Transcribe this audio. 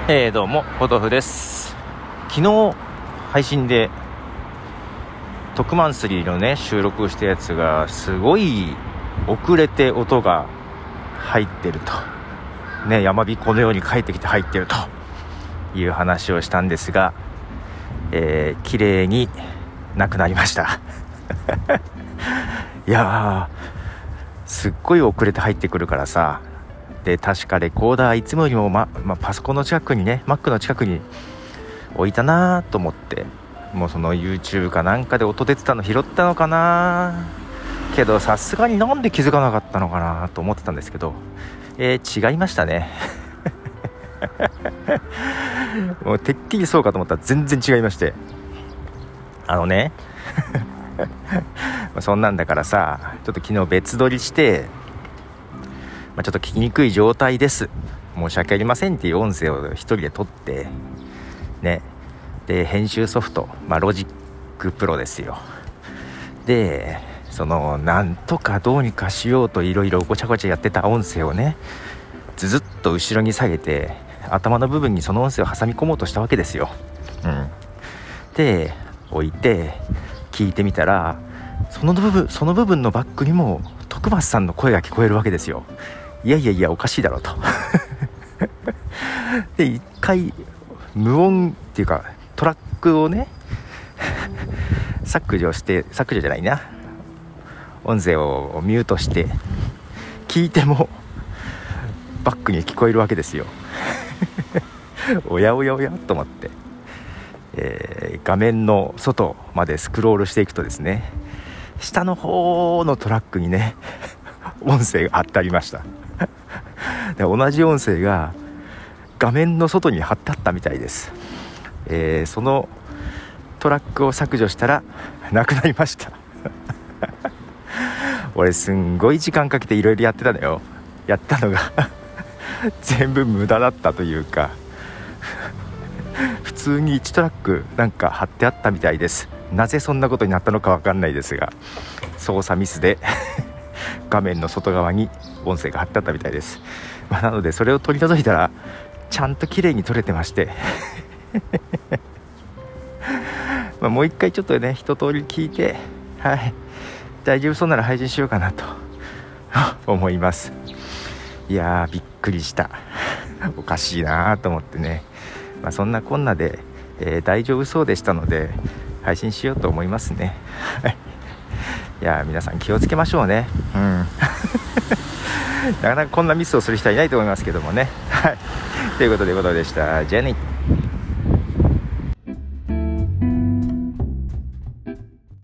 どうもポトフです。昨日配信で特マンスリーのね収録したやつがすごい遅れて音が入ってるとね、山彦のように帰ってきて入ってるという話をしたんですが、綺麗になくなりましたいやーすっごい遅れて入ってくるからさ。で確かレコーダーいつもよりも、パソコンの近くにね Mac の近くに置いたなと思って、もうその YouTube かなんかで音出てたの拾ったのかな、けどさすがになんで気づかなかったのかなと思ってたんですけど、違いましたねもうてっきりそうかと思ったら全然違いまして、そんなんだからさ、ちょっと昨日別撮りしてちょっと聞きにくい状態です、申し訳ありませんっていう音声を一人で撮ってね、で編集ソフト、ロジックプロですよ。でなんとかどうにかしようといろいろごちゃごちゃやってた音声をねずっと後ろに下げて頭の部分にその音声を挟み込もうとしたわけですよ。で置いて聞いてみたら、その部分のバックにも徳松さんの声が聞こえるわけですよ。いやおかしいだろうとで一回無音っていうかトラックをね削除じゃないな、音声をミュートして聞いてもバックに聞こえるわけですよおやと思って、画面の外までスクロールしていくとですね、下の方のトラックにね音声が貼ってありましたで同じ音声が画面の外に貼ってあったみたいです。そのトラックを削除したらなくなりました俺すんごい時間かけていろいろやってたのよ。やったのが全部無駄だったというか普通に1トラックなんか貼ってあったみたいです。なぜそんなことになったのか分かんないですが、操作ミスで画面の外側に音声が貼ってあったみたいです。なのでそれを取り除いたらちゃんと綺麗に撮れてましてもう一回ちょっとね一通り聞いて、大丈夫そうなら配信しようかなと思います。いやーびっくりしたおかしいなと思ってね、そんなこんなで、大丈夫そうでしたので配信しようと思いますねいや皆さん気をつけましょうね。なかなかこんなミスをする人はいないと思いますけどもね。ということでした。じゃあね。